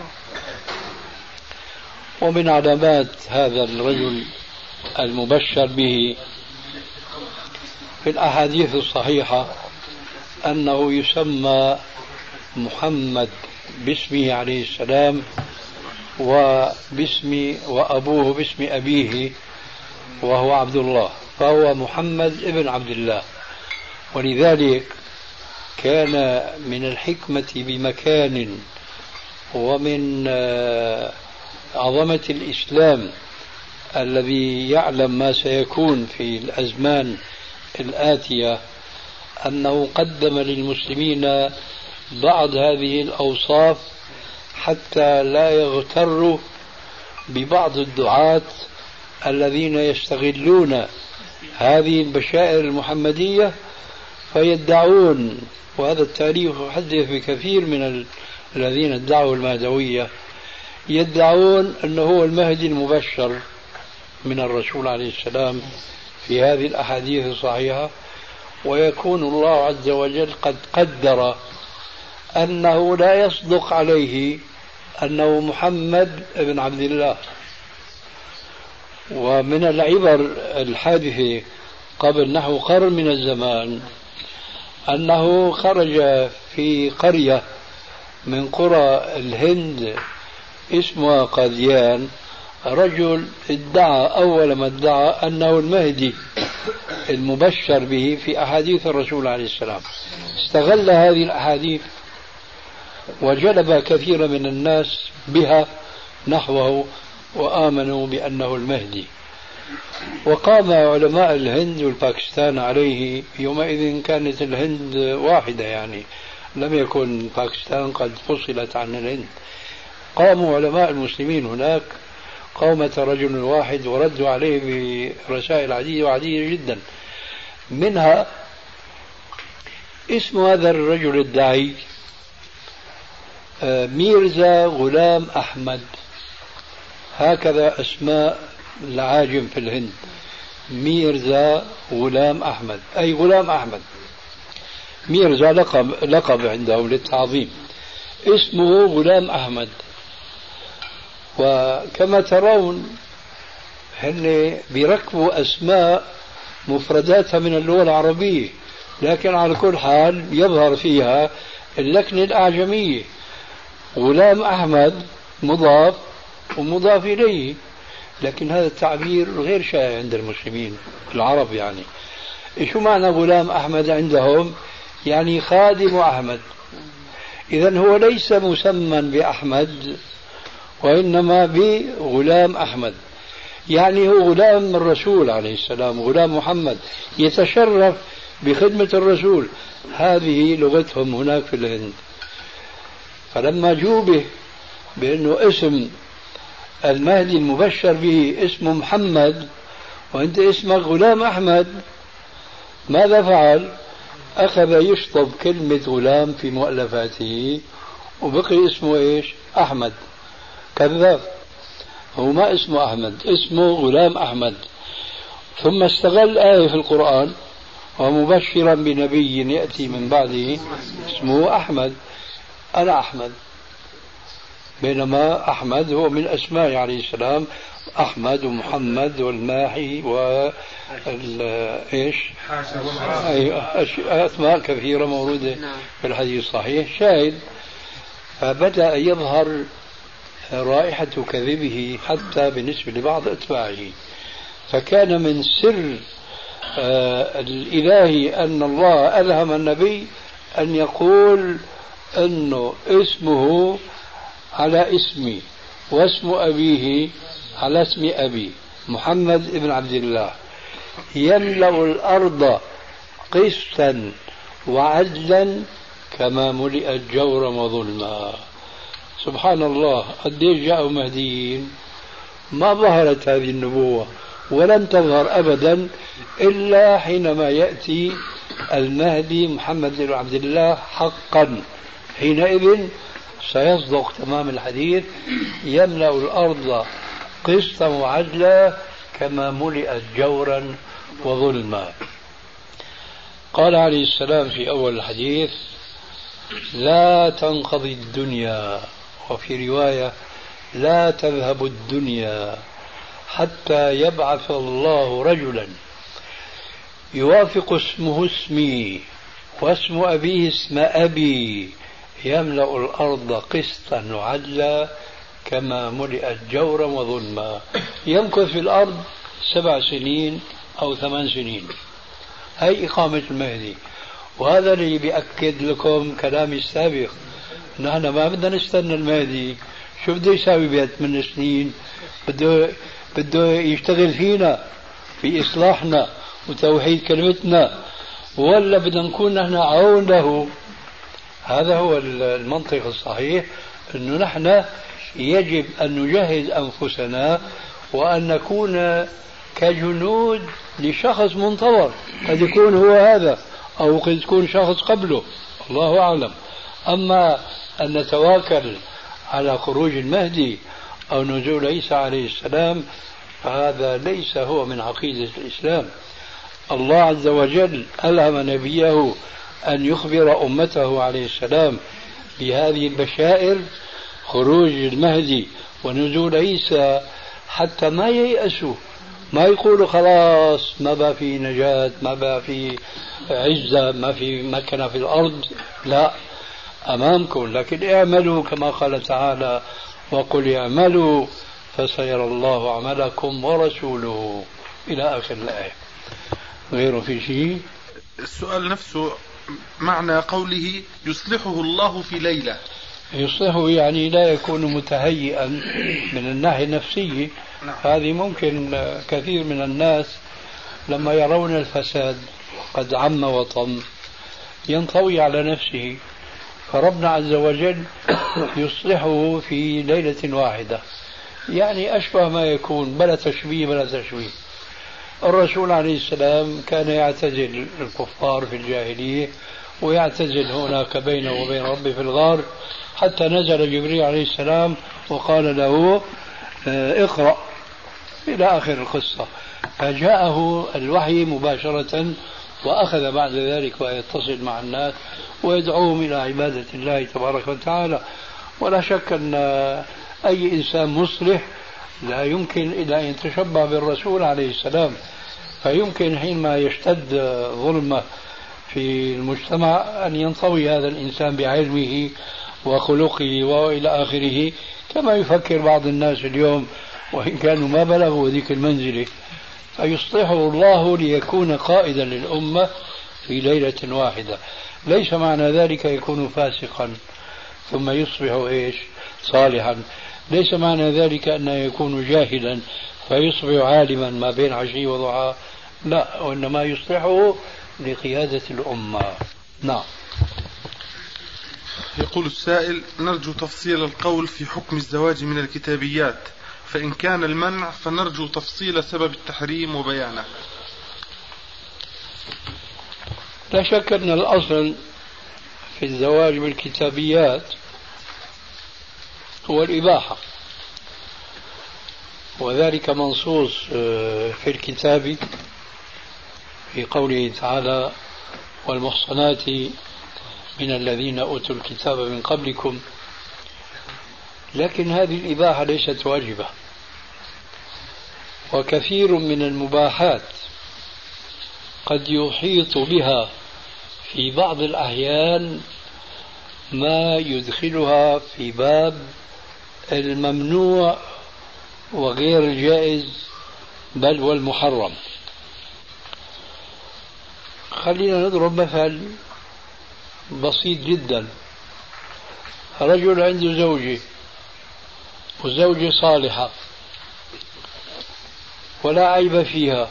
ومن علامات هذا الرجل المبشر به في الأحاديث الصحيحة أنه يسمى محمد باسمه عليه السلام، وباسم وأبوه باسم أبيه وهو عبد الله، فهو محمد ابن عبد الله. ولذلك كان من الحكمة بمكان ومن عظمة الإسلام الذي يعلم ما سيكون في الأزمان الآتية أنه قدم للمسلمين بعض هذه الأوصاف حتى لا يغتروا ببعض الدعاة الذين يستغلون هذه البشائر المحمدية فيدعون، وهذا التاريخ يحدث بكثير من الذين ادعوا المهدوية، يدعون أنه هو المهدي المبشر من الرسول عليه السلام في هذه الأحاديث الصحيحة، ويكون الله عز وجل قد قدر أنه لا يصدق عليه أنه محمد بن عبد الله. ومن العبر الحادثة قبل نحو قرن من الزمان أنه خرج في قرية من قرى الهند اسمها قاديان رجل ادعى أول ما ادعى أنه المهدي المبشر به في أحاديث الرسول عليه السلام، استغل هذه الأحاديث وجلب كثير من الناس بها نحوه وآمنوا بأنه المهدي. وقام علماء الهند والباكستان عليه، يومئذ كانت الهند واحدة يعني لم يكن باكستان قد فصلت عن الهند. قاموا علماء المسلمين هناك قومة رجل واحد وردوا عليه برسائل عديدة وعديدة جدا. منها اسم هذا الرجل الداعي ميرزا غلام أحمد، هكذا أسماء العاجم في الهند، ميرزا غلام أحمد أي غلام أحمد. ميرزا لقب, لقب عندهم للتعظيم، اسمه غلام أحمد. وكما ترون هن بيركبوا أسماء مفرداتها من اللغة العربية، لكن على كل حال يظهر فيها اللكنة الأعجمية. غلام أحمد مضاف ومضاف إليه، لكن هذا التعبير غير شائع عند المسلمين العرب. يعني شو معنى غلام أحمد عندهم؟ يعني خادم أحمد. إذن هو ليس مسمى بأحمد وإنما بغلام أحمد، يعني هو غلام الرسول عليه السلام، غلام محمد، يتشرف بخدمة الرسول. هذه لغتهم هناك في الهند. فلما جوبه بأنه اسم المهدي المبشر به اسمه محمد وأنت اسمك غلام أحمد، ماذا فعل؟ أخذ يشطب كلمة غلام في مؤلفاته وبقي اسمه إيش؟ أحمد. كذاب، هو ما اسمه أحمد، اسمه غلام أحمد. ثم استغل آية في القرآن ومبشرا بنبي يأتي من بعده اسمه أحمد، أنا أحمد. بينما أحمد هو من أسماء عليه السلام، أحمد ومحمد والماحي و إيش أسماء كثيرة موجودة في الحديث الصحيح. شاهد، فبدأ يظهر رائحة كذبه حتى بالنسبة لبعض أتباعه. فكان من سر آه الإلهي أن الله ألهم النبي أن يقول أنه اسمه على اسمي واسم أبيه على اسم أبي محمد بن عبد الله، يملأ الأرض قسطا وعدلا كما ملئت جورا وظلما. سبحان الله، قديش جاءوا مهديين ما ظهرت هذه النبوة ولن تظهر أبدا إلا حينما يأتي المهدي محمد بن عبد الله حقا. حينئذ سيصدق تمام الحديث: يملأ الأرض قسطا وعدلا كما ملئت جورا وظلما. قال عليه السلام في أول الحديث: لا تنقضي الدنيا، وفي رواية: لا تذهب الدنيا حتى يبعث الله رجلا يوافق اسمه اسمي واسم أبيه اسم أبي، يملأ الأرض قسطا وعدلا كما ملئت جورا وظلما. يمكث في الأرض سبع سنين أو ثمان سنين. هي إقامة المهدي. وهذا اللي بيأكد لكم كلامي السابق، نحن ما بدنا نستنى المهدي. شو بده يساوي بثمان سنين؟ بده بده يشتغل فينا في إصلاحنا وتوحيد كلمتنا، ولا بدنا نكون نحن عون له؟ هذا هو المنطق الصحيح، أنه نحن يجب أن نجهز أنفسنا وأن نكون كجنود لشخص منتظر، قد يكون هو هذا أو قد يكون شخص قبله، الله أعلم. أما أن نتواكل على خروج المهدي أو نزول عيسى عليه السلام فهذا ليس هو من عقيدة الإسلام. الله عز وجل ألهم نبيه أن يخبر أمته عليه السلام بهذه البشائر، خروج المهدي ونزول عيسى، حتى ما ييأسوا، ما يقولوا خلاص ما بقى في نجاة، ما بقى في عزة، ما في مكنة في الأرض. لا، أمامكم، لكن اعملوا كما قال تعالى: وقل اعملوا فسيرى الله عملكم ورسوله، إلى آخر الآية. غيره في شيء؟ السؤال نفسه معنى قوله يصلحه الله في ليلة. يصلحه يعني لا يكون متهيئا من الناحية النفسية. نعم. هذه ممكن كثير من الناس لما يرون الفساد قد عم وطم ينطوي على نفسه، فربنا عز وجل يصلحه في ليلة واحدة. يعني أشبه ما يكون، بلا تشبيه بلا تشبيه. الرسول عليه السلام كان يعتزل الكفار في الجاهلية، ويعتزل هناك بينه وبين ربه في الغار، حتى نزل جبريل عليه السلام وقال له اقرأ إلى آخر القصة، فجاءه الوحي مباشرة، وأخذ بعد ذلك ويتصل مع الناس ويدعوهم إلى عبادة الله تبارك وتعالى. ولا شك أن أي إنسان مصلح لا يمكن إلا أن يتشبه بالرسول عليه السلام، فيمكن حينما يشتد ظلمه في المجتمع أن ينطوي هذا الإنسان بعلمه وخلقه وإلى آخره، كما يفكر بعض الناس اليوم وإن كانوا ما بلغوا ذيك المنزلة، فيصلحه الله ليكون قائدا للأمة في ليلة واحدة. ليس معنى ذلك يكون فاسقا ثم يصبح إيش صالحا، ليس معنى ذلك أنه يكون جاهلا فيصبح عالما ما بين عشي وضحى، لا، وإنما يصلحه لقيادة الأمة. نعم. يقول السائل: نرجو تفصيل القول في حكم الزواج من الكتابيات، فإن كان المنع فنرجو تفصيل سبب التحريم وبيانه. لا شك أن الأصل في الزواج بالكتابيات هو الإباحة، وذلك منصوص في الكتاب في قوله تعالى: والمحصنات من الذين أوتوا الكتاب من قبلكم. لكن هذه الإباحة ليست واجبة، وكثير من المباحات قد يحيط بها في بعض الأحيان ما يدخلها في باب الممنوع وغير الجائز بل والمحرم. خلينا نضرب مثل بسيط جدا. رجل عنده زوجة وزوجة صالحة ولا عيب فيها،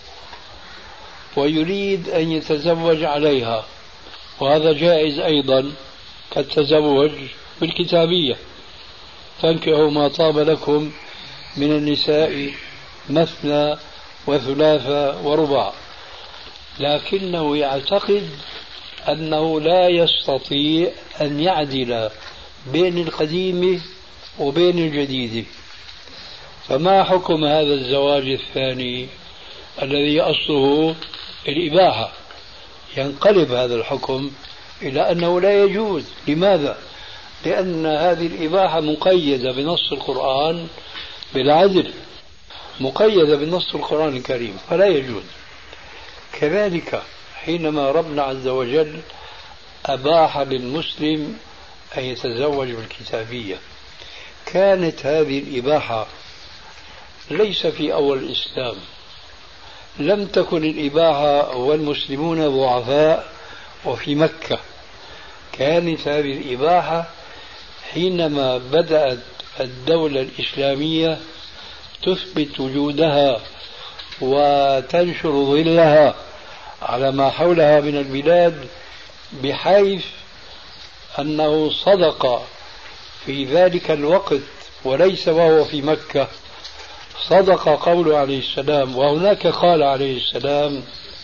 ويريد أن يتزوج عليها، وهذا جائز أيضا كالتزوج بالكتابية: تنكحوا ما طاب لكم من النساء مثنى وثلاثة ورباع. لكنه يعتقد أنه لا يستطيع أن يعدل بين القديم وبين الجديد. فما حكم هذا الزواج الثاني الذي أصله الإباحة؟ ينقلب هذا الحكم إلى أنه لا يجوز. لماذا؟ لأن هذه الإباحة مقيدة بنص القرآن بالعدل، مقيدة بنص القرآن الكريم، فلا يجوز. كذلك حينما ربنا عز وجل أباح للمسلم أن يتزوج بالكتابية، كانت هذه الإباحة ليس في أول الإسلام، لم تكن الإباحة والمسلمون ضعفاء وفي مكة. كانت هذه الإباحة حينما بدأت الدولة الإسلامية تثبت وجودها وتنشر ظلها على ما حولها من البلاد، بحيث أنه صدق في ذلك الوقت وليس وهو في مكة، صدق قوله عليه السلام. وهناك قال عليه السلام: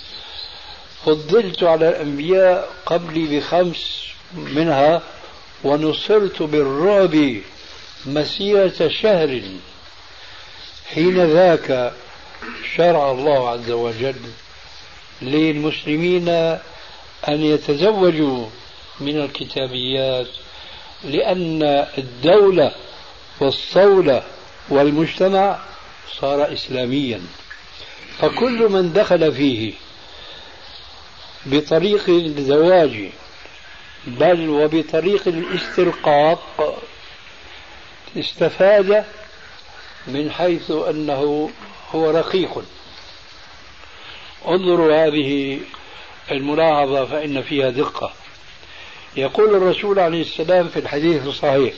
فضلت على الأنبياء قبلي بخمس منها ونصرت بالرعب مسيرة شهر. حين ذاك شرع الله عز وجل للمسلمين أن يتزوجوا من الكتابيات، لأن الدولة والصولة والمجتمع صار إسلاميا، فكل من دخل فيه بطريق الزواج بل وبطريق الاسترقاق استفاد من حيث أنه هو رقيق. انظروا هذه الملاحظة فإن فيها دقة. يقول الرسول عليه السلام في الحديث الصحيح: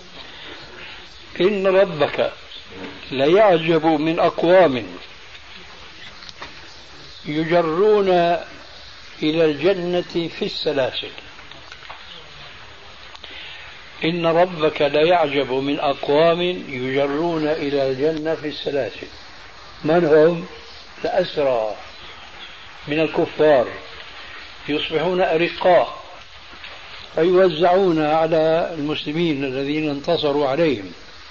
إن ربك ليعجب من أقوام يجرون إلى الجنة في السلاسل. إن ربك ليعجب من أقوام يجرون إلى الجنة في السلاسل. من هم؟ الأسرى من الكفار يصبحون أرقاء فيوزعون على المسلمين الذين انتصروا عليهم،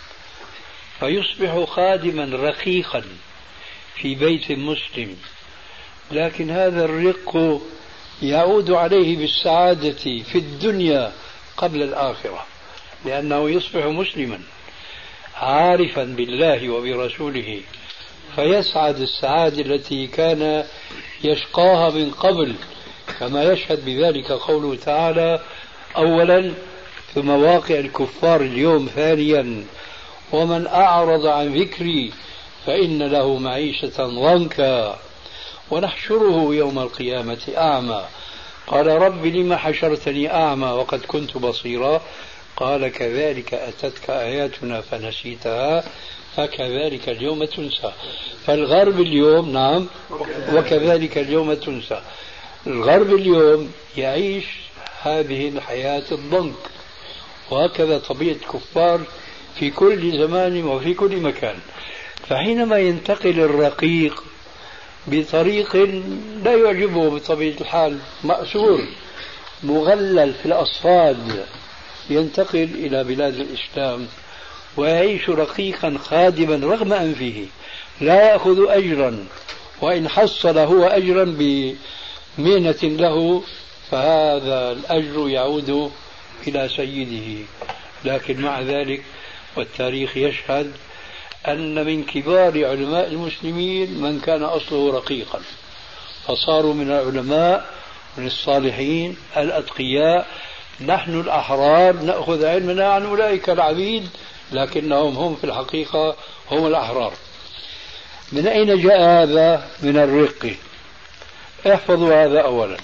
فيصبح خادما رقيقا في بيت مسلم، لكن هذا الرق يعود عليه بالسعادة في الدنيا قبل الآخرة، لأنه يصبح مسلما عارفا بالله وبرسوله، فيسعد السعادة التي كان يشقاها من قبل، كما يشهد بذلك قوله تعالى أولا في مواقع الكفار اليوم ثانيا ومن أعرض عن ذكري فإن له معيشة ضنكا ونحشره يوم القيامة أعمى قال رب لم حشرتني أعمى وقد كنت بصيرا قال كذلك أتتك آياتنا فنسيتها فكذلك اليوم تنسى. فالغرب اليوم نعم وكذلك اليوم تنسى، الغرب اليوم يعيش هذه الحياة الضنك، وهكذا طبيعة الكفار في كل زمان وفي كل مكان. فحينما ينتقل الرقيق بطريق لا يعجبه بطبيعة الحال، مأسور مغلل في الأصفاد، ينتقل إلى بلاد الإسلام ويعيش رقيقا خادما رغم أنفه لا يأخذ أجرا، وإن حصل هو أجرا بمهنة له فهذا الأجر يعود إلى سيده. لكن مع ذلك والتاريخ يشهد أن من كبار علماء المسلمين من كان أصله رقيقا فصاروا من العلماء من الصالحين الأتقياء. نحن الأحرار نأخذ علمنا عن أولئك العبيد لكنهم هم في الحقيقة هم الأحرار. من أين جاء هذا؟ من الرق. احفظوا هذا أولا.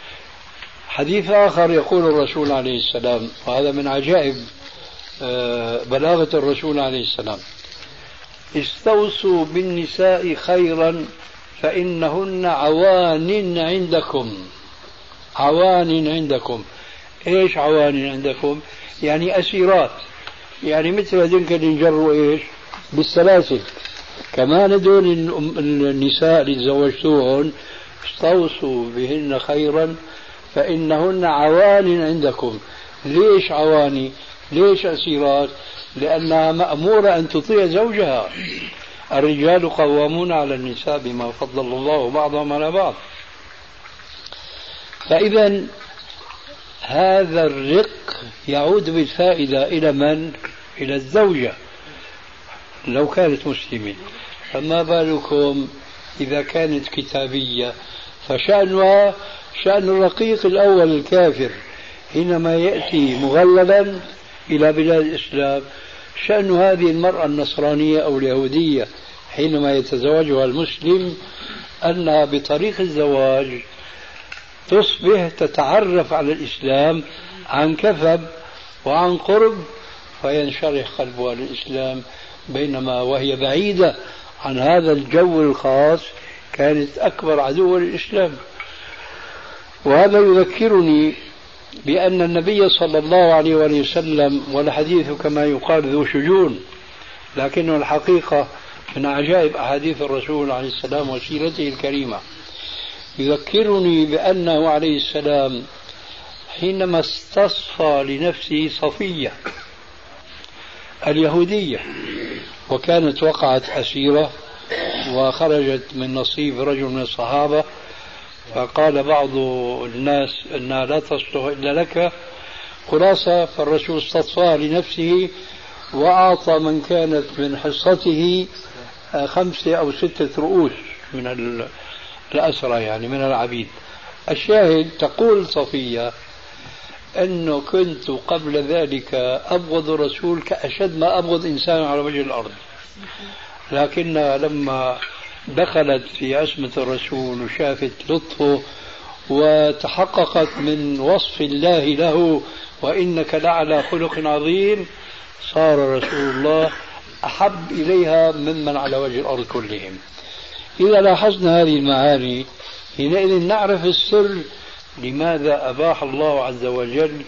حديث آخر يقول الرسول عليه السلام، وهذا من عجائب بلاغة الرسول عليه السلام، استوصوا بالنساء خيرا فإنهن عوان عندكم. عوان عندكم. ايش عوان عندكم؟ يعني أسيرات، يعني مثل هذول اللي ينجروا ايش بالسلاسل. كمان هذول النساء اللي تزوجتوهن استوصوا بهن خيرا فإنهن عوان عندكم. ليش عواني؟ ليش أسيرات؟ لأنها مأمورة أن تطيع زوجها. الرجال قوامون على النساء بما فضل الله بعضهم على بعض. فإذا هذا الرق يعود بالفائدة إلى من؟ إلى الزوجة لو كانت مسلمة. فما بالكم إذا كانت كتابية؟ فشأنها شأن الرقيق الأول الكافر حينما يأتي مغللا إلى بلاد الإسلام، شأن هذه المرأة النصرانية أو اليهودية حينما يتزوجها المسلم أنها بطريق الزواج تصبح تتعرف على الإسلام عن كثب وعن قرب فينشرح قلبها للإسلام، بينما وهي بعيدة عن هذا الجو الخاص كانت أكبر عدو للإسلام. وهذا يذكرني بأن النبي صلى الله عليه وسلم، والحديث كما يقال ذو شجون لكنه الحقيقة من عجائب أحاديث الرسول عليه السلام وسيرته الكريمة، يذكرني بأنه عليه السلام حينما استصفى لنفسه صفية اليهودية وكانت وقعت أسيرة وخرجت من نصيب رجل من الصحابة، فقال بعض الناس أنها لا تصلح إلا لك، خلاصة فالرسول استصفاها لنفسه وأعطى من كانت من حصته خمسة أو ستة رؤوس من الأسرى يعني من العبيد. الشاهد تقول صفية أنه كنت قبل ذلك أبغض الرسول كأشد ما أبغض إنسان على وجه الأرض، لكن لما دخلت في عصمة الرسول وشافت لطفه وتحققت من وصف الله له وإنك لعلى خلق عظيم، صار رسول الله أحب إليها ممن على وجه الأرض كلهم. إذا لاحظنا هذه المعاني حينئذ نعرف السر لماذا أباح الله عز وجل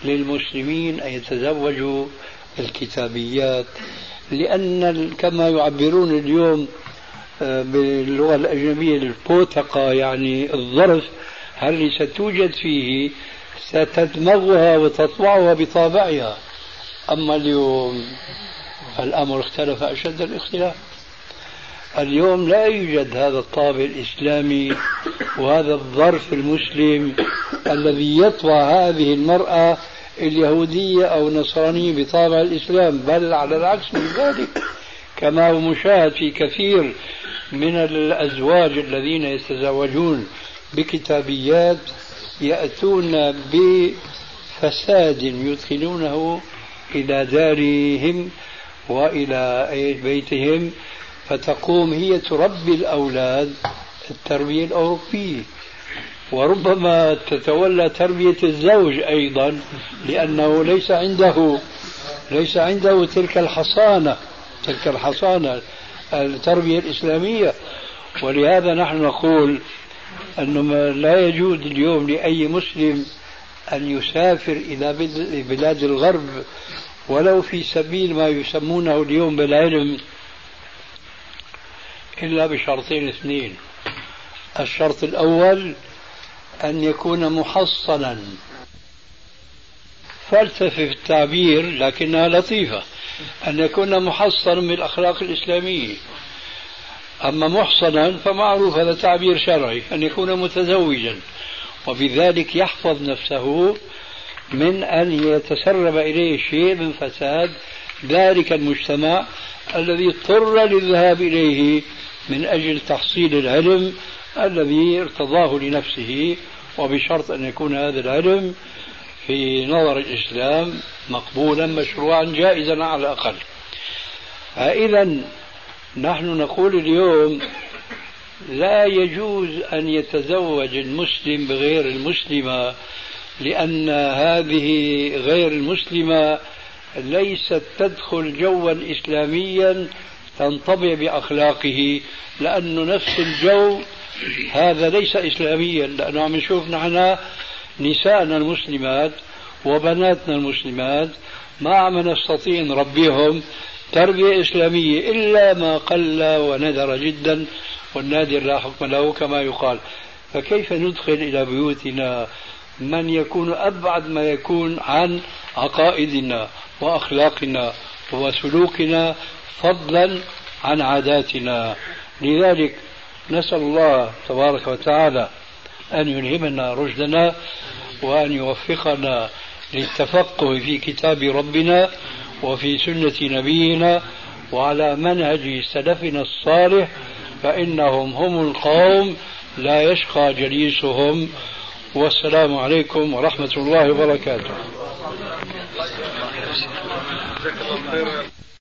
للمسلمين أن يتزوجوا الكتابيات، لأن كما يعبرون اليوم باللغة الأجنبية البوتقة، يعني الظرف هل ستوجد فيه ستدمغها وتطبعها بطابعها. أما اليوم الأمر اختلف أشد الاختلاف. اليوم لا يوجد هذا الطابع الإسلامي وهذا الظرف المسلم الذي يطبع هذه المرأة اليهودية أو النصرانية بطابع الإسلام، بل على العكس من ذلك، كما هو مشاهد في كثير من الأزواج الذين يتزوجون بكتابيات يأتون بفساد يدخلونه إلى دارهم وإلى بيتهم، فتقوم هي تربي الأولاد التربية الأوروبية، وربما تتولى تربية الزوج أيضا، لأنه ليس عنده ليس عنده تلك الحصانة تلك الحصانة التربية الإسلامية. ولهذا نحن نقول أنه لا يجوز اليوم لأي مسلم أن يسافر إلى بلاد الغرب ولو في سبيل ما يسمونه اليوم بالعلم إلا بشرطين اثنين. الشرط الأول أن يكون محصنا، فلسفة في التعبير لكنها لطيفة، أن يكون محصنا بالأخلاق الإسلامية. أما محصنا فمعروف هذا تعبير شرعي، أن يكون متزوجا، وبذلك يحفظ نفسه من أن يتسرب إليه شيء من فساد ذلك المجتمع الذي اضطر للذهاب إليه من أجل تحصيل العلم الذي ارتضاه لنفسه، وبشرط أن يكون هذا العلم في نظر الإسلام مقبولا مشروعا جائزا على الأقل. فإذا نحن نقول اليوم لا يجوز أن يتزوج المسلم بغير المسلمة، لأن هذه غير المسلمة ليست تدخل جوا إسلاميا تنطبع بأخلاقه، لأنه نفس الجو هذا ليس إسلاميا. لأنه عم نشوف نحن نسائنا المسلمات وبناتنا المسلمات ما عم نستطيع نربيهم تربية إسلامية إلا ما قل وندر جدا، والنادر لا حكم له كما يقال. فكيف ندخل إلى بيوتنا من يكون أبعد ما يكون عن عقائدنا وأخلاقنا وسلوكنا فضلا عن عاداتنا؟ لذلك نسأل الله تبارك وتعالى أن يلهمنا رشدنا وأن يوفقنا للتفقه في كتاب ربنا وفي سنة نبينا وعلى منهج سلفنا الصالح، فإنهم هم القوم لا يشقى جليسهم. والسلام عليكم ورحمة الله وبركاته.